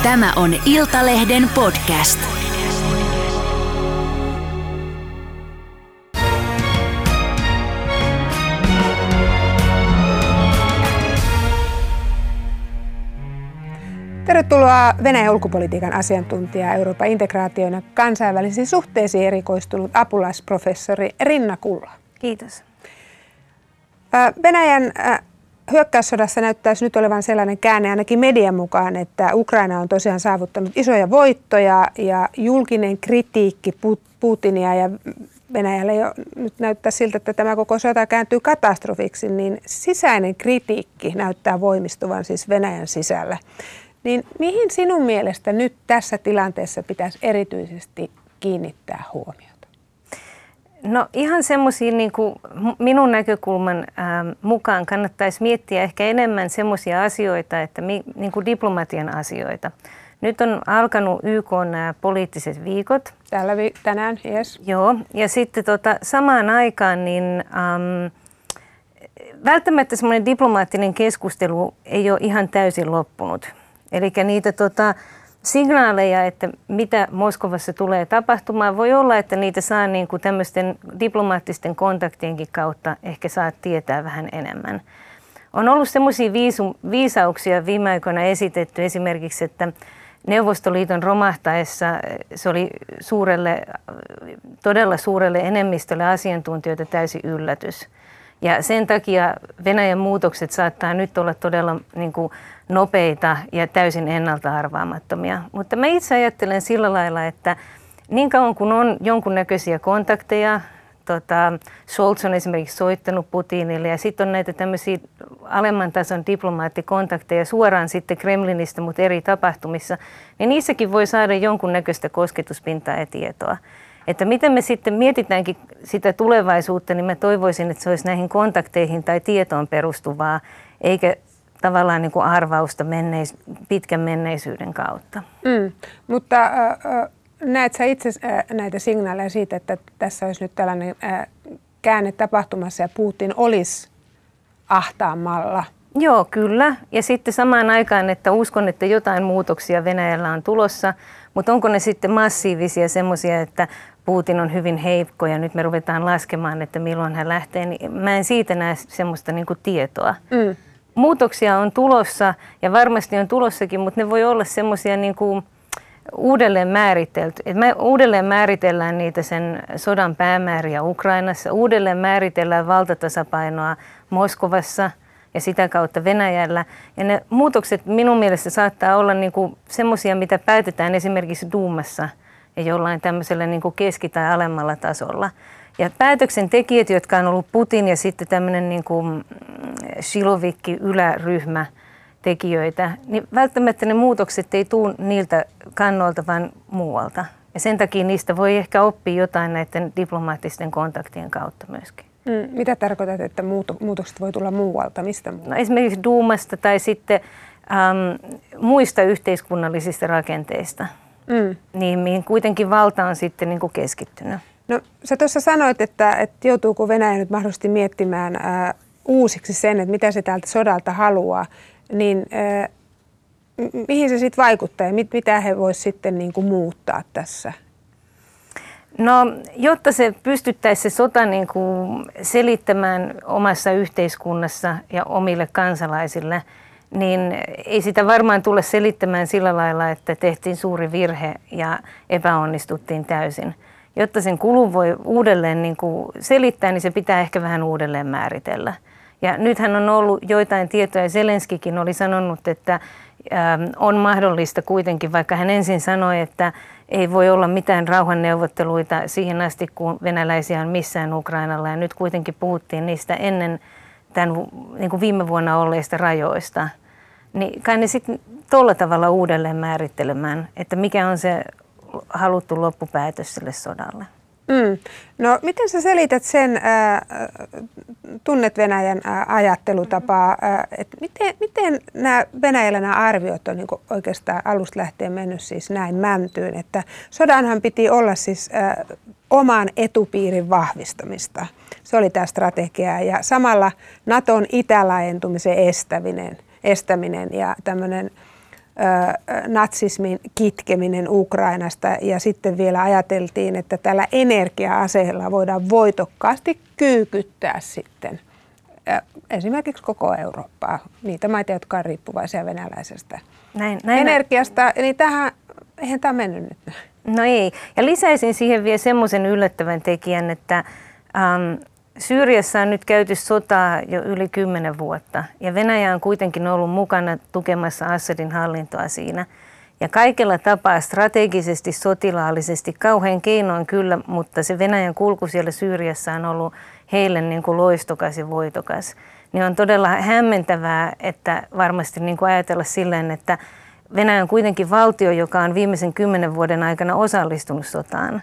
Tämä on Iltalehden podcast. Tervetuloa Venäjän ulkopolitiikan asiantuntija, Euroopan integraation ja kansainvälisiin suhteisiin erikoistunut apulaisprofessori Rinna Kulla. Kiitos. Venäjän hyökkäyssodassa näyttäisi nyt olevan sellainen käänne ainakin median mukaan, että Ukraina on tosiaan saavuttanut isoja voittoja ja julkinen kritiikki Putinia ja Venäjälle jo nyt näyttää siltä, että tämä koko sota kääntyy katastrofiksi, niin sisäinen kritiikki näyttää voimistuvan siis Venäjän sisällä. Niin mihin sinun mielestä nyt tässä tilanteessa pitäisi erityisesti kiinnittää huomiota? No ihan semmoisia niin kuin minun näkökulman mukaan kannattaisi miettiä ehkä enemmän semmoisia asioita, että niin kuin diplomatian asioita. Nyt on alkanut YK:n nämä poliittiset viikot. Tänään, yes. Joo, ja sitten samaan aikaan niin välttämättä semmoinen diplomaattinen keskustelu ei ole ihan täysin loppunut. Eli niitä signaaleja, että mitä Moskovassa tulee tapahtumaan, voi olla, että niitä saa niin kuin tämmöisten diplomaattisten kontaktienkin kautta ehkä saa tietää vähän enemmän. On ollut semmoisia viisauksia viime aikoina esitetty esimerkiksi, että Neuvostoliiton romahtaessa se oli todella suurelle enemmistölle asiantuntijoita täysin yllätys. Ja sen takia Venäjän muutokset saattaa nyt olla todella niin kuin nopeita ja täysin ennalta arvaamattomia. Mutta mä itse ajattelen sillä lailla, että niin kauan kun on jonkunnäköisiä kontakteja, Scholz on esimerkiksi soittanut Putinille ja sitten on näitä tämmöisiä alemman tason diplomaattikontakteja suoraan sitten Kremlinistä, mutta eri tapahtumissa, niin niissäkin voi saada jonkunnäköistä kosketuspintaa ja tietoa. Että miten me sitten mietitäänkin sitä tulevaisuutta, niin mä toivoisin, että se olisi näihin kontakteihin tai tietoon perustuvaa, eikä tavallaan niin kuin arvausta pitkän menneisyyden kautta. Mutta näet sä itse näitä signaaleja siitä, että tässä olisi nyt tällainen käänne tapahtumassa ja Putin olisi ahtaammalla? Joo, kyllä. Ja sitten samaan aikaan, että uskon, että jotain muutoksia Venäjällä on tulossa, mutta onko ne sitten massiivisia semmoisia, että Putin on hyvin heikko ja nyt me ruvetaan laskemaan, että milloin hän lähtee, niin mä en siitä näe semmoista niin kuin tietoa. Muutoksia on tulossa ja varmasti on tulossakin, mutta ne voi olla semmoisia niin kuin uudelleen määritelty. Me uudelleen määritellään niitä sen sodan päämääriä Ukrainassa, uudelleen määritellään valtatasapainoa Moskovassa ja sitä kautta Venäjällä. Ja ne muutokset minun mielestä saattaa olla niin kuin semmoisia, mitä päätetään esimerkiksi Duumassa ja jollain tämmöisellä niin kuin keski- tai alemmalla tasolla. Ja päätöksentekijät, jotka on ollut Putin ja sitten tämmöinen niin kuin Silovikki-yläryhmä tekijöitä, niin välttämättä ne muutokset ei tule niiltä kannoilta, vaan muualta. Ja sen takia niistä voi ehkä oppia jotain näiden diplomaattisten kontaktien kautta myöskin. Mitä tarkoitat, että muutokset voi tulla muualta? Mistä muualta? No esimerkiksi Duumasta tai sitten muista yhteiskunnallisista rakenteista, mihin kuitenkin valta on sitten niin kuin keskittynyt. No sä tuossa sanoit, että joutuuko Venäjä nyt mahdollisesti miettimään uusiksi sen, että mitä se täältä sodalta haluaa, niin mihin se sitten vaikuttaa ja mitä he voisivat sitten niin kuin muuttaa tässä? No, jotta se pystyttäisiin se sota niin kuin selittämään omassa yhteiskunnassa ja omille kansalaisille, niin ei sitä varmaan tule selittämään sillä lailla, että tehtiin suuri virhe ja epäonnistuttiin täysin. Jotta sen kulun voi uudelleen niin kuin selittää, niin se pitää ehkä vähän uudelleen määritellä. Ja nythän on ollut joitain tietoja, Zelenskikin oli sanonut, että on mahdollista kuitenkin, vaikka hän ensin sanoi, että ei voi olla mitään rauhanneuvotteluita siihen asti, kun venäläisiä on missään Ukrainalla. Ja nyt kuitenkin puhuttiin niistä ennen tämän niin kuin viime vuonna olleista rajoista. Niin kai ne sitten tuolla tavalla uudelleen määrittelemään, että mikä on se haluttu loppupäätös sille sodalle. No miten sä selität sen, tunnet Venäjän ajattelutapaa, että miten Venäjällä nämä arviot on niin oikeastaan alusta lähtien mennyt siis näin mäntyyn, että sodanhan piti olla siis oman etupiirin vahvistamista. Se oli tämä strategia ja samalla Naton itälaajentumisen estäminen ja tämmöinen natsismin kitkeminen Ukrainasta ja sitten vielä ajateltiin, että tällä energia-aseella voidaan voitokkaasti kyykyttää sitten esimerkiksi koko Eurooppaa, niitä maita, jotka on riippuvaisia venäläisestä energiasta. Niin eihän tämä mennyt nyt näin. No ei. Ja lisäisin siihen vielä semmoisen yllättävän tekijän, että Syyriassa on nyt käyty sotaa jo yli 10 vuotta ja Venäjä on kuitenkin ollut mukana tukemassa Assadin hallintoa siinä. Ja kaikella tapaa strategisesti, sotilaallisesti, kauhean keinoin kyllä, mutta se Venäjän kulku siellä Syyriassa on ollut heille niin kuin loistokas ja voitokas. Niin on todella hämmentävää, että varmasti niin kuin ajatella silleen, että Venäjä on kuitenkin valtio, joka on viimeisen 10 vuoden aikana osallistunut sotaan.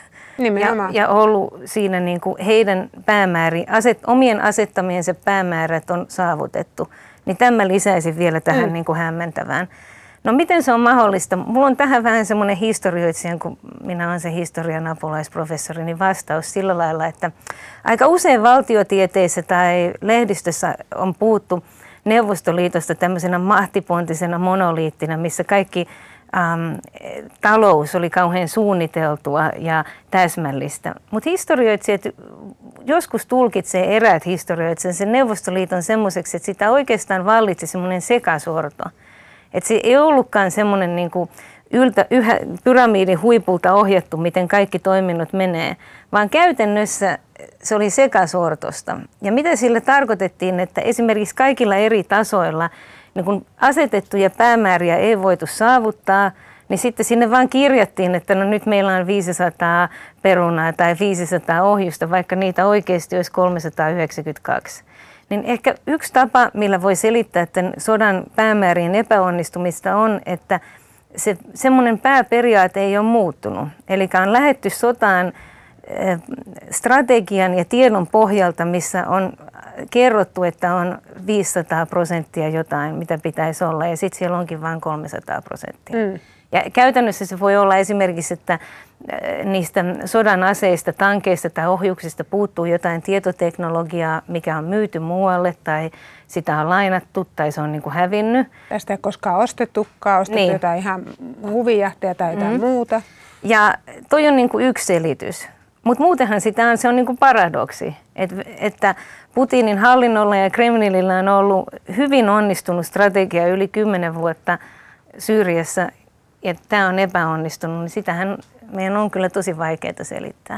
Ja ollut siinä niin kuin heidän omien asettamiensa päämäärät on saavutettu. Niin tämä lisäisi vielä tähän niin kuin hämmentävään. No miten se on mahdollista? Mulla on tähän vähän semmoinen historioitsijan, kun minä olen se historian apulaisprofessori, niin vastaus sillä lailla, että aika usein valtiotieteissä tai lehdistössä on puhuttu Neuvostoliitosta tämmöisenä mahtipontisena monoliittina, missä kaikki talous oli kauhean suunniteltua ja täsmällistä. Mutta historioitsijat joskus tulkitsee eräät historioitsijat sen Neuvostoliiton semmoiseksi, että sitä oikeastaan vallitsi semmoinen sekasorto. Että se ei ollutkaan semmoinen niin kuin yhä pyramidin huipulta ohjattu, miten kaikki toiminnot menee, vaan käytännössä se oli sekasortosta. Ja mitä sillä tarkoitettiin, että esimerkiksi kaikilla eri tasoilla niin kun asetettuja päämääriä ei voitu saavuttaa, niin sitten sinne vaan kirjattiin, että no nyt meillä on 500 perunaa tai 500 ohjusta, vaikka niitä oikeasti olisi 392. Niin ehkä yksi tapa, millä voi selittää tämän sodan päämäärien epäonnistumista on, että semmoinen pääperiaate ei ole muuttunut. Eli on lähdetty sotaan strategian ja tiedon pohjalta, missä on kerrottu, että on 500% jotain, mitä pitäisi olla, ja sitten siellä onkin vain 300%. Ja käytännössä se voi olla esimerkiksi, että niistä sodan aseista, tankeista tai ohjuksista puuttuu jotain tietoteknologiaa, mikä on myyty muualle tai sitä on lainattu tai se on niin kuin hävinnyt. Tästä ei koskaan ostettukaan, niin. Jotain ihan huvijahteja tai jotain muuta. Ja toi on niin kuin yksi selitys. Mutta muutenhan se on niin kuin paradoksi, että Putinin hallinnolla ja Kremlillä on ollut hyvin onnistunut strategia yli 10 vuotta Syyriassa, ja tämä on epäonnistunut, niin sitähän meidän on kyllä tosi vaikeaa selittää.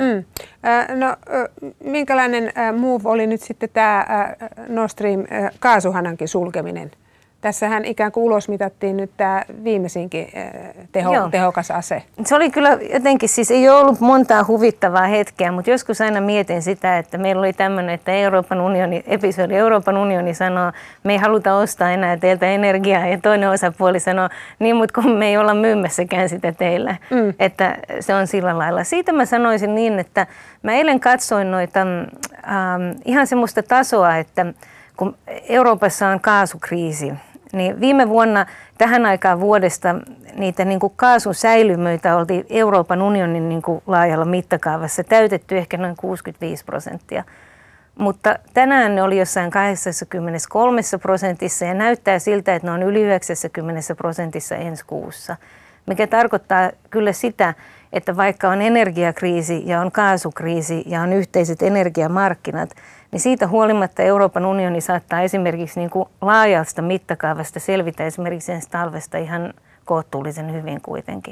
Minkälainen move oli nyt sitten tämä Nord Stream kaasuhanankin sulkeminen? Tässähän ikään kuin ulosmitattiin nyt tämä viimeisinkin tehokas ase. Se oli kyllä jotenkin, siis ei ole ollut montaa huvittavaa hetkeä, mutta joskus aina mietin sitä, että meillä oli tämmöinen, että Euroopan unioni sanoo, me ei haluta ostaa enää teiltä energiaa, ja toinen osapuoli sanoo, niin mutta kun me ei olla myymässäkään sitä teillä, että se on sillä lailla. Siitä mä sanoisin niin, että mä eilen katsoin noita ihan semmoista tasoa, että kun Euroopassa on kaasukriisi, niin viime vuonna tähän aikaan vuodesta niitä niin kuin kaasun säilymöitä oltiin Euroopan unionin niin kuin laajalla mittakaavassa täytetty ehkä noin 65%. Mutta tänään ne oli jossain 83% ja näyttää siltä, että ne on yli 90% ensi kuussa. Mikä tarkoittaa kyllä sitä, että vaikka on energiakriisi ja on kaasukriisi ja on yhteiset energiamarkkinat, niin siitä huolimatta Euroopan unioni saattaa esimerkiksi niin kuin laajasta mittakaavasta selvitä esimerkiksi ensi talvesta ihan kohtuullisen hyvin kuitenkin.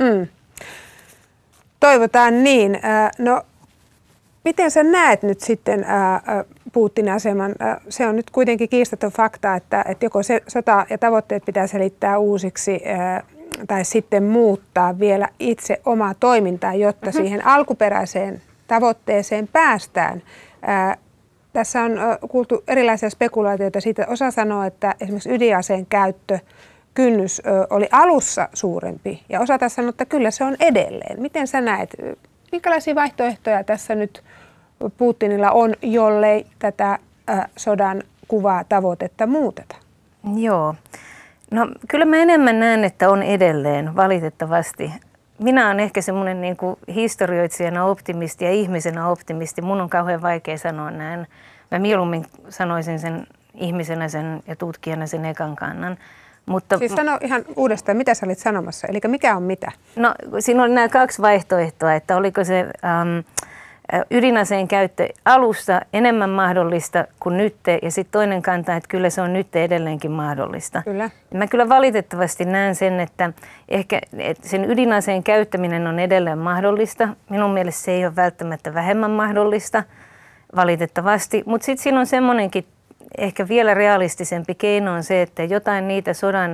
Toivotaan niin. No, miten sä näet nyt sitten Putinin aseman? Se on nyt kuitenkin kiistaton fakta, että joko se sota ja tavoitteet pitää selittää uusiksi tai sitten muuttaa vielä itse omaa toimintaa, jotta siihen alkuperäiseen tavoitteeseen päästään. Tässä on kuultu erilaisia spekulaatioita siitä. Osa sanoo, että esimerkiksi ydinaseen käyttökynnys oli alussa suurempi ja osa taas sanoo, että kyllä se on edelleen. Miten sä näet, minkälaisia vaihtoehtoja tässä nyt Putinilla on, jollei tätä sodan kuvaa tavoitetta muuteta? Joo. No kyllä mä enemmän näen, että on edelleen valitettavasti. Minä olen ehkä semmoinen niin kuin historioitsijana optimisti ja ihmisenä optimisti. Mun on kauhean vaikea sanoa näin. Mä mieluummin sanoisin sen ihmisenä sen ja tutkijana sen ekan kannan. Mutta, siis sano ihan uudestaan, mitä sä olit sanomassa, eli mikä on mitä? No siinä oli nämä kaksi vaihtoehtoa, että oliko se ydinaseen käyttö alusta enemmän mahdollista kuin nyt, ja sitten toinen kanta, että kyllä se on nyt edelleenkin mahdollista. Kyllä. Mä kyllä valitettavasti näen sen, että ehkä että sen ydinaseen käyttäminen on edelleen mahdollista. Minun mielestä se ei ole välttämättä vähemmän mahdollista, valitettavasti, mutta sitten siinä on semmoinenkin ehkä vielä realistisempi keino on se, että jotain niitä sodan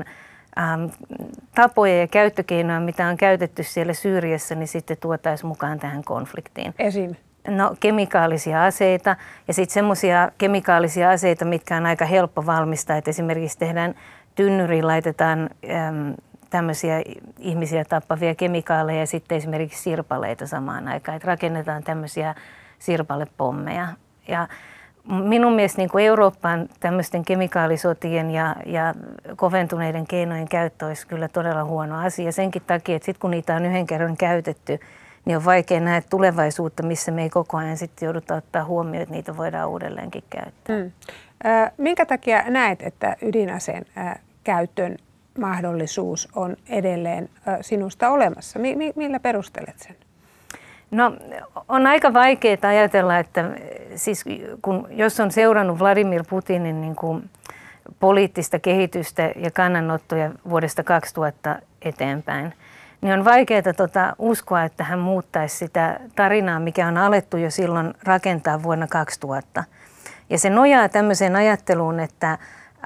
tapoja ja käyttökeinoja, mitä on käytetty siellä Syyriassa, niin sitten tuotaisiin mukaan tähän konfliktiin. Esim. No kemikaalisia aseita ja sitten semmoisia kemikaalisia aseita, mitkä on aika helppo valmistaa. Että esimerkiksi tehdään tynnyriin, laitetaan tämmöisiä ihmisiä tappavia kemikaaleja ja sitten esimerkiksi sirpaleita samaan aikaan. Että rakennetaan tämmöisiä sirpalepommeja. Ja minun mielestä niin kuin Eurooppaan tämmöisten kemikaalisotien ja koventuneiden keinojen käyttö olisi kyllä todella huono asia. Senkin takia, että sitten kun niitä on yhden kerran käytetty, niin on vaikea nähdä tulevaisuutta, missä me ei koko ajan sitten jouduta ottaa huomioon, että niitä voidaan uudelleenkin käyttää. Minkä takia näet, että ydinaseen käytön mahdollisuus on edelleen sinusta olemassa? Millä perustelet sen? No on aika vaikeaa ajatella, että siis jos on seurannut Vladimir Putinin niin kuin poliittista kehitystä ja kannanottoja vuodesta 2000 eteenpäin, niin on vaikeaa uskoa, että hän muuttaisi sitä tarinaa, mikä on alettu jo silloin rakentaa vuonna 2000. Ja se nojaa tämmöiseen ajatteluun, että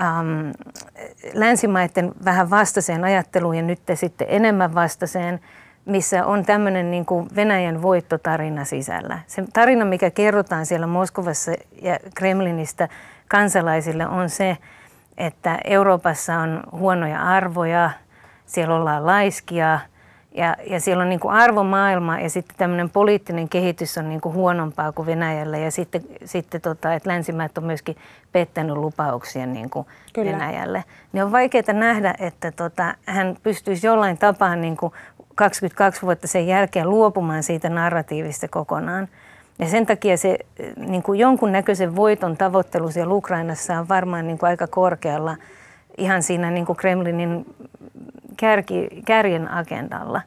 länsimaiden vähän vastaiseen ajatteluun ja nyt sitten enemmän vastaiseen, missä on tämmöinen niin kuin Venäjän voittotarina sisällä. Se tarina, mikä kerrotaan siellä Moskovassa ja Kremlinistä kansalaisille, on se, että Euroopassa on huonoja arvoja, siellä ollaan laiskia ja siellä on niin kuin arvomaailma ja sitten tämmöinen poliittinen kehitys on niin kuin huonompaa kuin Venäjällä ja sitten että länsimaat on myöskin pettänyt lupauksia niin kuin Venäjälle. Niin on vaikeaa nähdä, että hän pystyisi jollain tapaa niin kuin 22 vuotta sen jälkeen luopumaan siitä narratiivista kokonaan. Ja sen takia se niin kuin jonkunnäköisen voiton tavoittelu siellä Ukrainassa on varmaan niin kuin aika korkealla ihan siinä niin kuin Kremlinin kärjen agendalla.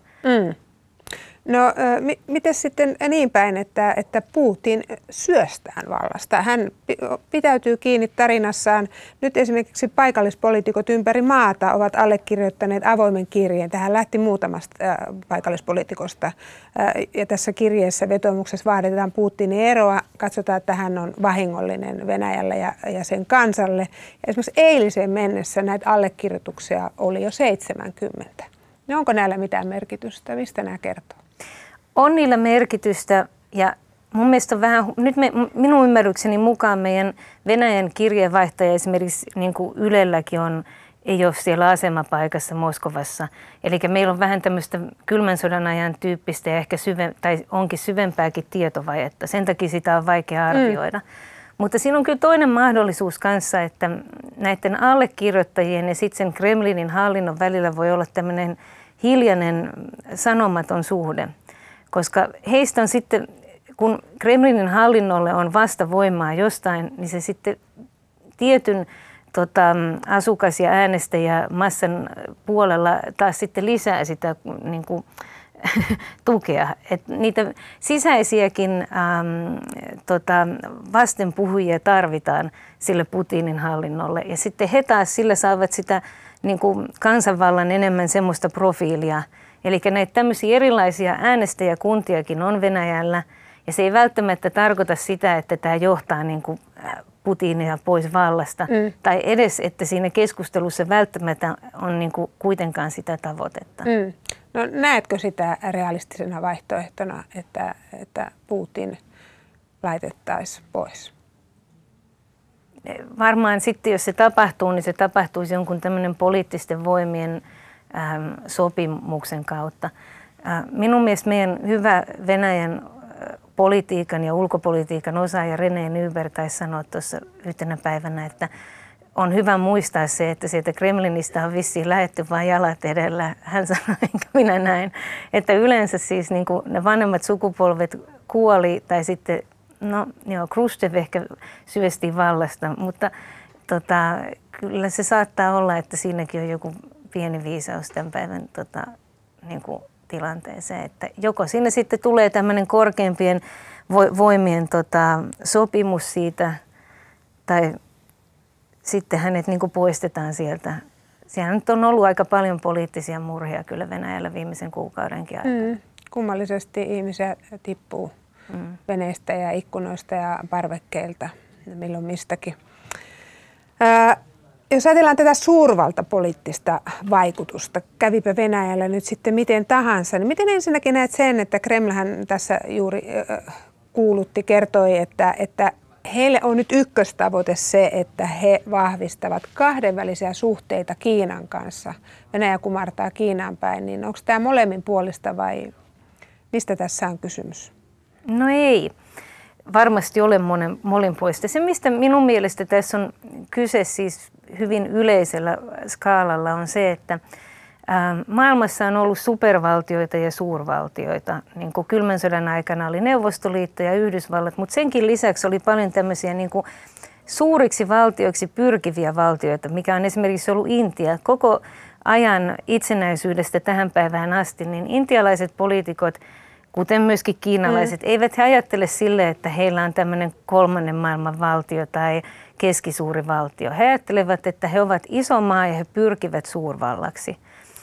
No miten sitten niin päin, että Putin syöstään vallasta? Hän pitäytyy kiinni tarinassaan. Nyt esimerkiksi paikallispoliitikot ympäri maata ovat allekirjoittaneet avoimen kirjeen. Tähän lähti muutamasta paikallispoliitikosta. Ja tässä kirjeessä vetoomuksessa vaaditaan Putinin eroa. Katsotaan, että hän on vahingollinen Venäjälle ja sen kansalle. Ja esimerkiksi eiliseen mennessä näitä allekirjoituksia oli jo 70. No onko näillä mitään merkitystä? Mistä nämä kertoo? On niillä merkitystä ja mun mielestä vähän, nyt minun ymmärrykseni mukaan meidän Venäjän kirjeenvaihtaja esimerkiksi niin kuin Ylelläkin ei ole siellä asemapaikassa Moskovassa. Eli meillä on vähän tämmöistä kylmän sodan ajan tyyppistä ja ehkä tai onkin syvempääkin tietovajetta. Sen takia sitä on vaikea arvioida. Mutta siinä on kyllä toinen mahdollisuus kanssa, että näiden allekirjoittajien ja sitten sen Kremlinin hallinnon välillä voi olla tämmöinen hiljainen sanomaton suhde. Koska heistä on sitten, kun Kremlinin hallinnolle on vastavoimaa jostain, niin se sitten tietyn asukas- ja äänestäjämassan puolella taas sitten lisää sitä niin kuin, tukea. Et niitä sisäisiäkin vastenpuhujia tarvitaan sille Putinin hallinnolle. Ja sitten he taas sillä saavat sitä niin kuin kansanvallan enemmän semmoista profiilia. Eli näitä tämmöisiä erilaisia äänestäjäkuntiakin on Venäjällä. Ja se ei välttämättä tarkoita sitä, että tämä johtaa niin kuin Putinia pois vallasta. Tai edes, että siinä keskustelussa välttämättä on niin kuin kuitenkaan sitä tavoitetta. No näetkö sitä realistisena vaihtoehtona, että Putin laitettaisiin pois? Varmaan sitten, jos se tapahtuu, niin se tapahtuisi jonkun tämmöinen poliittisten voimien sopimuksen kautta. Minun mielestä meidän hyvä Venäjän politiikan ja ulkopolitiikan osaaja René Nyberg taisi sanoa tuossa yhtenä päivänä, että on hyvä muistaa se, että sieltä Kremlinistä on vissiin lähdetty vain jalat edellä. Hän sanoi, enkä minä näin, että yleensä siis niin kuin ne vanhemmat sukupolvet kuoli tai sitten, Khrushchev ehkä syöstiin vallasta, mutta kyllä se saattaa olla, että siinäkin on joku pieni viisaus tämän päivän niin kuin tilanteeseen. Että joko siinä sitten tulee tämmöinen korkeimpien voimien sopimus siitä, tai sitten hänet niin kuin poistetaan sieltä. Siellä nyt on ollut aika paljon poliittisia murhia kyllä Venäjällä viimeisen kuukaudenkin aikana. Kummallisesti ihmisiä tippuu veneistä ja ikkunoista ja parvekkeilta, milloin mistäkin. Jos ajatellaan tätä suurvaltapoliittista vaikutusta, kävipä Venäjällä nyt sitten miten tahansa, niin miten ensinnäkin näet sen, että Kremlhän tässä juuri kertoi, että heille on nyt ykköstavoite se, että he vahvistavat kahdenvälisiä suhteita Kiinan kanssa. Venäjä kumartaa Kiinaan päin, niin onko tämä molemmin puolista vai mistä tässä on kysymys? No ei. Varmasti ole molemminpuolista. Se, mistä minun mielestä tässä on kyse siis hyvin yleisellä skaalalla, on se, että maailmassa on ollut supervaltioita ja suurvaltioita. Niin kuin kylmän sodan aikana oli Neuvostoliitto ja Yhdysvallat, mutta senkin lisäksi oli paljon tämmöisiä niin kuin suuriksi valtioiksi pyrkiviä valtioita, mikä on esimerkiksi ollut Intia. Koko ajan itsenäisyydestä tähän päivään asti, niin intialaiset poliitikot, kuten myöskin kiinalaiset, eivät he ajattele sille, että heillä on tämmöinen kolmannen maailman valtio tai keskisuuri valtio. He ajattelevat, että he ovat iso maa ja he pyrkivät suurvallaksi.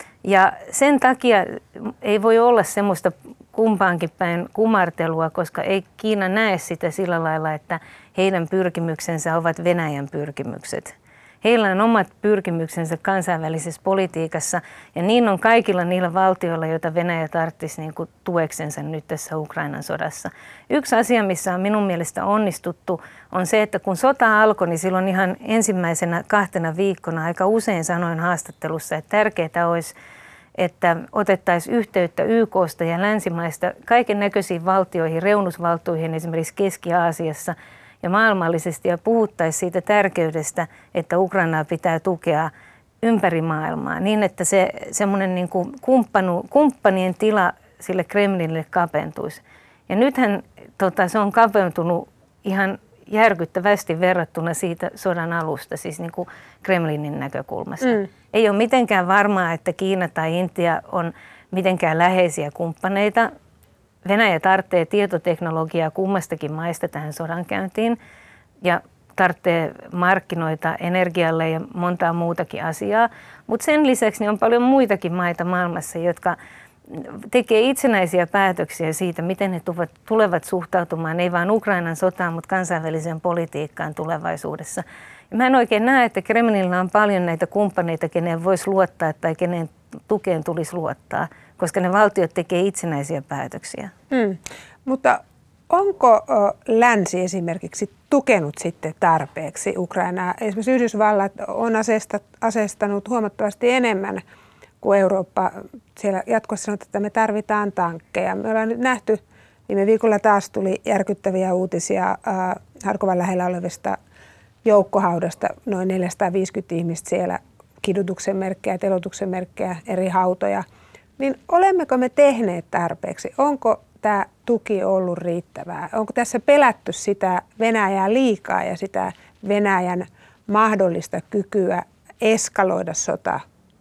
Ja sen takia ei voi olla semmoista kumpaankin päin kumartelua, koska ei Kiina näe sitä sillä lailla, että heidän pyrkimyksensä ovat Venäjän pyrkimykset. Heillä on omat pyrkimyksensä kansainvälisessä politiikassa ja niin on kaikilla niillä valtioilla, joita Venäjä tarvitsisi niin kuin tueksensa nyt tässä Ukrainan sodassa. Yksi asia, missä on minun mielestä onnistuttu, on se, että kun sota alkoi, niin silloin ihan ensimmäisenä 2 viikkona aika usein sanoin haastattelussa, että tärkeää olisi, että otettaisiin yhteyttä YK:sta ja länsimaista kaiken näköisiin valtioihin, reunusvaltoihin esimerkiksi Keski-Aasiassa ja maailmallisesti ja puhuttaisiin siitä tärkeydestä, että Ukrainaa pitää tukea ympäri maailmaa niin, että se semmoinen niin kuin kumppanien tila sille Kremlinille kapentuisi. Ja nythän se on kapentunut ihan järkyttävästi verrattuna siitä sodan alusta, siis niin kuin Kremlinin näkökulmasta. Ei ole mitenkään varmaa, että Kiina tai Intia on mitenkään läheisiä kumppaneita. Venäjä tarvitsee tietoteknologiaa kummastakin maista tähän sodankäyntiin ja tarvitsee markkinoita energialle ja montaa muutakin asiaa. Mutta sen lisäksi niin on paljon muitakin maita maailmassa, jotka tekee itsenäisiä päätöksiä siitä, miten he tulevat suhtautumaan, ei vain Ukrainan sotaan, mutta kansainväliseen politiikkaan tulevaisuudessa. Ja mä en oikein näe, että Kremlillä on paljon näitä kumppaneita, keneen voisi luottaa tai kenen tukeen tulisi luottaa, koska ne valtiot tekee itsenäisiä päätöksiä. Mutta onko länsi esimerkiksi tukenut sitten tarpeeksi Ukrainaa? Esimerkiksi Yhdysvallat on aseistanut huomattavasti enemmän kuin Eurooppa. Siellä jatkossa sanotaan, että me tarvitaan tankkeja. Me ollaan nyt nähty, viime viikolla taas tuli järkyttäviä uutisia Harkovan lähellä olevista joukkohaudasta. Noin 450 ihmistä siellä, kidutuksen merkkejä, teloituksen merkkejä, eri hautoja. Niin olemmeko me tehneet tarpeeksi? Onko tämä tuki ollut riittävää? Onko tässä pelätty sitä Venäjää liikaa ja sitä Venäjän mahdollista kykyä eskaloida sotaa?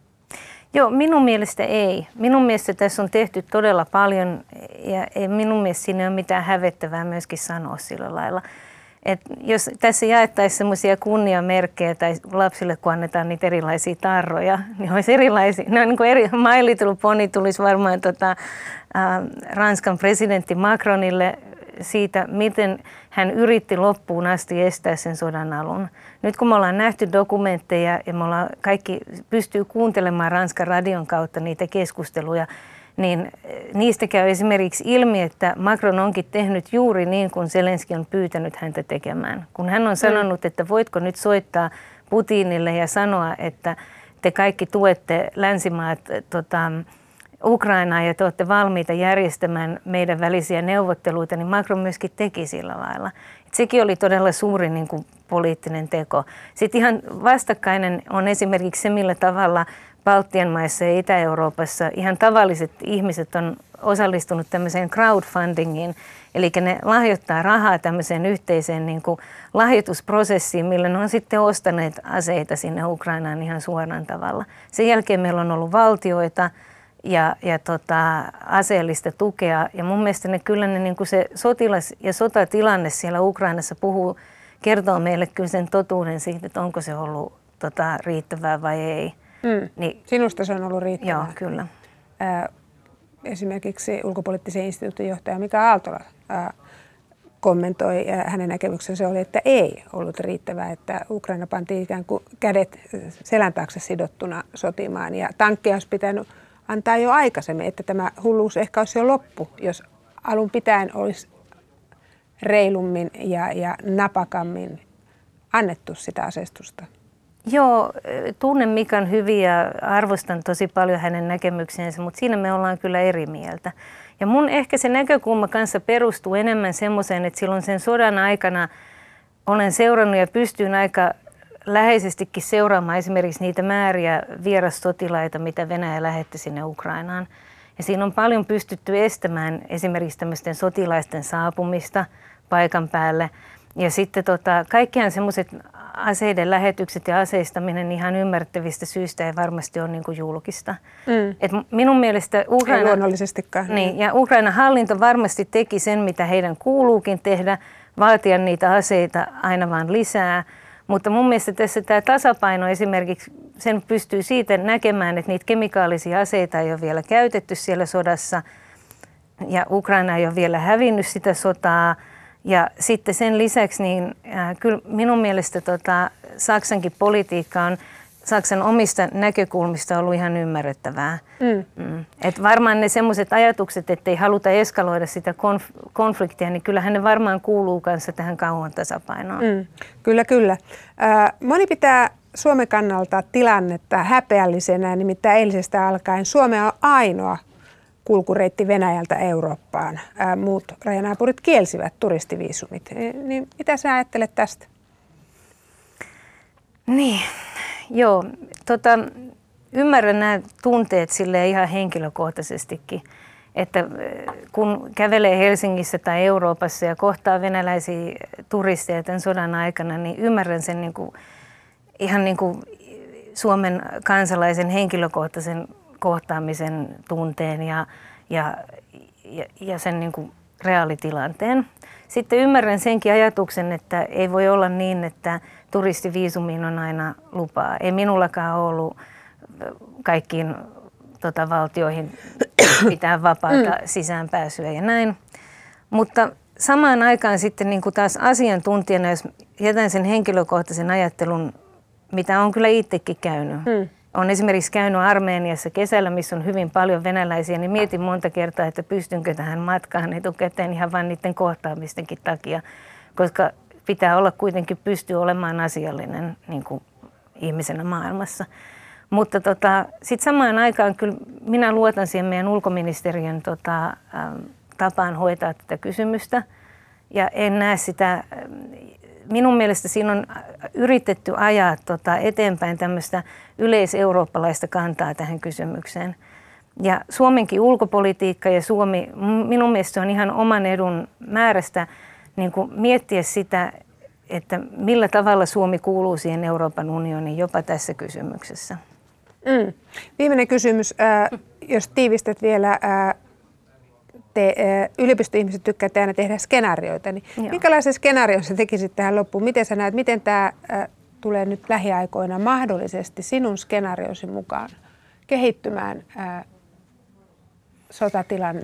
Joo, minun mielestä ei. Minun mielestä tässä on tehty todella paljon ja minun mielestä siinä ei ole mitään hävettävää myöskin sanoa sillä lailla. Et jos tässä jaettaisiin semmoisia kunniamerkkejä tai lapsille, kun annetaan niitä erilaisia tarroja, niin olisi erilaisia. No, niin kuin My Little Pony tulisi varmaan Ranskan presidentti Macronille siitä, miten hän yritti loppuun asti estää sen sodan alun. Nyt kun me ollaan nähty dokumentteja ja me ollaan kaikki pystyy kuuntelemaan Ranskan radion kautta niitä keskusteluja, niin niistä käy esimerkiksi ilmi, että Macron onkin tehnyt juuri niin kuin Zelenski on pyytänyt häntä tekemään. Kun hän on sanonut, että voitko nyt soittaa Putinille ja sanoa, että te kaikki tuette länsimaat Ukrainaa ja te olette valmiita järjestämään meidän välisiä neuvotteluita, niin Macron myöskin teki sillä lailla. Et sekin oli todella suuri niin kuin poliittinen teko. Sitten ihan vastakkainen on esimerkiksi se, millä tavalla Baltian maissa ja Itä-Euroopassa ihan tavalliset ihmiset on osallistunut tämmöiseen crowdfundingiin, eli ne lahjoittaa rahaa tämmöiseen yhteiseen niin kuin lahjoitusprosessiin, millä ne on sitten ostaneet aseita sinne Ukrainaan ihan suoraan tavalla. Sen jälkeen meillä on ollut valtioita ja aseellista tukea, ja mun mielestä niin kuin se sotilas- ja sotatilanne siellä Ukrainassa kertoo meille kyllä sen totuuden siitä, että onko se ollut riittävää vai ei. Niin, sinusta se on ollut riittävää? Joo, kyllä. Esimerkiksi ulkopoliittisen instituutin johtaja Mika Aaltola kommentoi, hänen näkemyksensä oli, että ei ollut riittävää, että Ukraina pantiin ikään kuin kädet selän taakse sidottuna sotimaan ja tankkeja olisi pitänyt antaa jo aikaisemmin, että tämä hulluus ehkä olisi jo loppu, jos alun pitäen olisi reilummin ja napakammin annettu sitä aseistusta. Joo, tunnen Mikan hyvin ja arvostan tosi paljon hänen näkemyksensä, mutta siinä me ollaan kyllä eri mieltä. Ja mun ehkä se näkökulma kanssa perustuu enemmän semmoiseen, että silloin sen sodan aikana olen seurannut ja pystyin aika läheisestikin seuraamaan esimerkiksi niitä määriä vierassotilaita, mitä Venäjä lähetti sinne Ukrainaan. Ja siinä on paljon pystytty estämään esimerkiksi tämmöisten sotilaisten saapumista paikan päälle. Ja sitten kaikkiaan semmoiset aseiden lähetykset ja aseistaminen ihan ymmärrettävistä syistä ei varmasti ole niin kuin julkista. Et minun mielestä ei luonnollisestikaan. Niin, ja Ukrainan hallinto varmasti teki sen, mitä heidän kuuluukin tehdä, vaatia niitä aseita aina vaan lisää. Mutta mun mielestä tässä tämä tasapaino esimerkiksi, sen pystyy siitä näkemään, että niitä kemikaalisia aseita ei ole vielä käytetty siellä sodassa ja Ukraina ei ole vielä hävinnyt sitä sotaa. Ja sitten sen lisäksi, niin kyllä minun mielestä Saksankin politiikka on Saksan omista näkökulmista ollut ihan ymmärrettävää. Et varmaan ne semmoiset ajatukset, ettei haluta eskaloida sitä konfliktia, niin kyllähän ne varmaan kuuluu kanssa tähän kauan tasapainoon. Kyllä, kyllä. Moni pitää Suomen kannalta tilannetta häpeällisenä, nimittäin eilisestä alkaen Suomi on ainoa kulkureitti Venäjältä Eurooppaan. Muut rajanaapurit kielsivät turistiviisumit. Niin mitä sä ajattelet tästä? Niin, joo. Ymmärrän nämä tunteet silleen ihan henkilökohtaisestikin, että kun kävelee Helsingissä tai Euroopassa ja kohtaa venäläisiä turisteja tämän sodan aikana, niin ymmärrän sen ihan niin kuin Suomen kansalaisen henkilökohtaisen kohtaamisen tunteen ja sen niin kuin reaalitilanteen. Sitten ymmärrän senkin ajatuksen, että ei voi olla niin, että turistiviisumiin on aina lupaa. Ei minullakaan ollut kaikkiin valtioihin pitää vapaata sisäänpääsyä ja näin. Mutta samaan aikaan sitten niin kuin taas asiantuntijana, jos jätän sen henkilökohtaisen ajattelun, mitä on kyllä itsekin käynyt. Olen esimerkiksi käynyt Armeniassa kesällä, missä on hyvin paljon venäläisiä, niin mietin monta kertaa, että pystynkö tähän matkaan etukäteen ihan vain niiden kohtaamistenkin takia, koska pitää olla kuitenkin pystyä olemaan asiallinen niin kuin ihmisenä maailmassa. Mutta sitten samaan aikaan kyllä minä luotan siihen meidän ulkoministeriön tapaan hoitaa tätä kysymystä ja en näe sitä. Minun mielestä siinä on yritetty ajaa eteenpäin tämmöistä yleiseurooppalaista kantaa tähän kysymykseen. Ja Suomenkin ulkopolitiikka ja Suomi, minun mielestä on ihan oman edun määrästä niin kuin miettiä sitä, että millä tavalla Suomi kuuluu siihen Euroopan unioniin jopa tässä kysymyksessä. Viimeinen kysymys, jos tiivistät vielä. Te yliopistoihmiset tykkäätte aina tehdä skenaarioita, niin minkälaisen skenaarion sä tekisit tähän loppuun? Miten sä näet, miten tämä tulee nyt lähiaikoina mahdollisesti sinun skenaariosi mukaan kehittymään sotatilanne?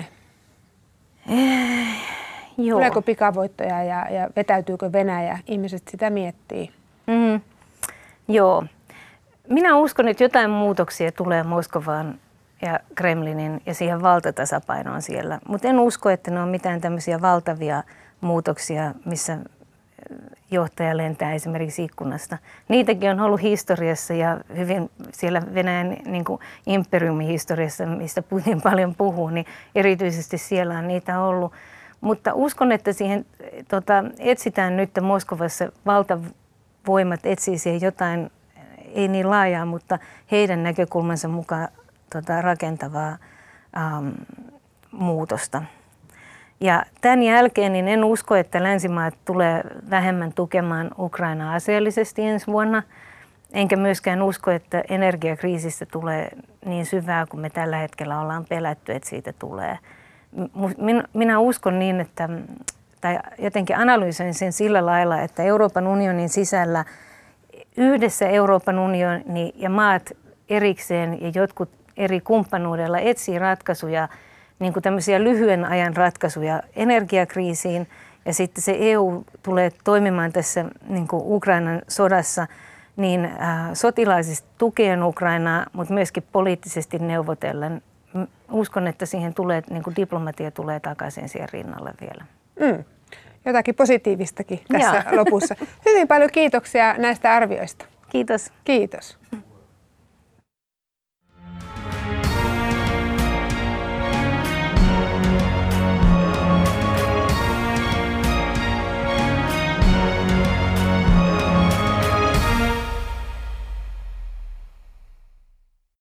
Tuleeko pikavoittoja ja vetäytyykö Venäjä? Ihmiset sitä miettii. Joo. Minä uskon, että jotain muutoksia tulee Moskovaan ja Kremlinin ja siihen valtatasapainoon siellä. Mutta en usko, että ne on mitään tämmöisiä valtavia muutoksia, missä johtaja lentää esimerkiksi ikkunasta. Niitäkin on ollut historiassa ja hyvin siellä Venäjän niin kuin imperiumihistoriassa, mistä Putin paljon puhuu, niin erityisesti siellä on niitä ollut. Mutta uskon, että siihen etsitään nyt Moskovassa valtavoimat etsii siihen jotain ei niin laajaa, mutta heidän näkökulmansa mukaan rakentavaa muutosta. Ja tämän jälkeen niin en usko, että länsimaat tulee vähemmän tukemaan Ukrainaa aseellisesti ensi vuonna. Enkä myöskään usko, että energiakriisistä tulee niin syvää kuin me tällä hetkellä ollaan pelätty, että siitä tulee. Minä uskon niin, että, tai jotenkin analysoin sen sillä lailla, että Euroopan unionin sisällä yhdessä Euroopan unioni ja maat erikseen ja jotkut eri kumppanuudella etsii ratkaisuja, niin kuin tämmöisiä lyhyen ajan ratkaisuja energiakriisiin. Ja sitten se EU tulee toimimaan tässä niin kuin Ukrainan sodassa niin sotilaallisesti tukeen Ukrainaa, mutta myöskin poliittisesti neuvotellen. Uskon, että siihen tulee, niin kuin diplomatia tulee takaisin siihen rinnalle vielä. Jotakin positiivistakin tässä lopussa. Hyvin paljon kiitoksia näistä arvioista. Kiitos. Kiitos.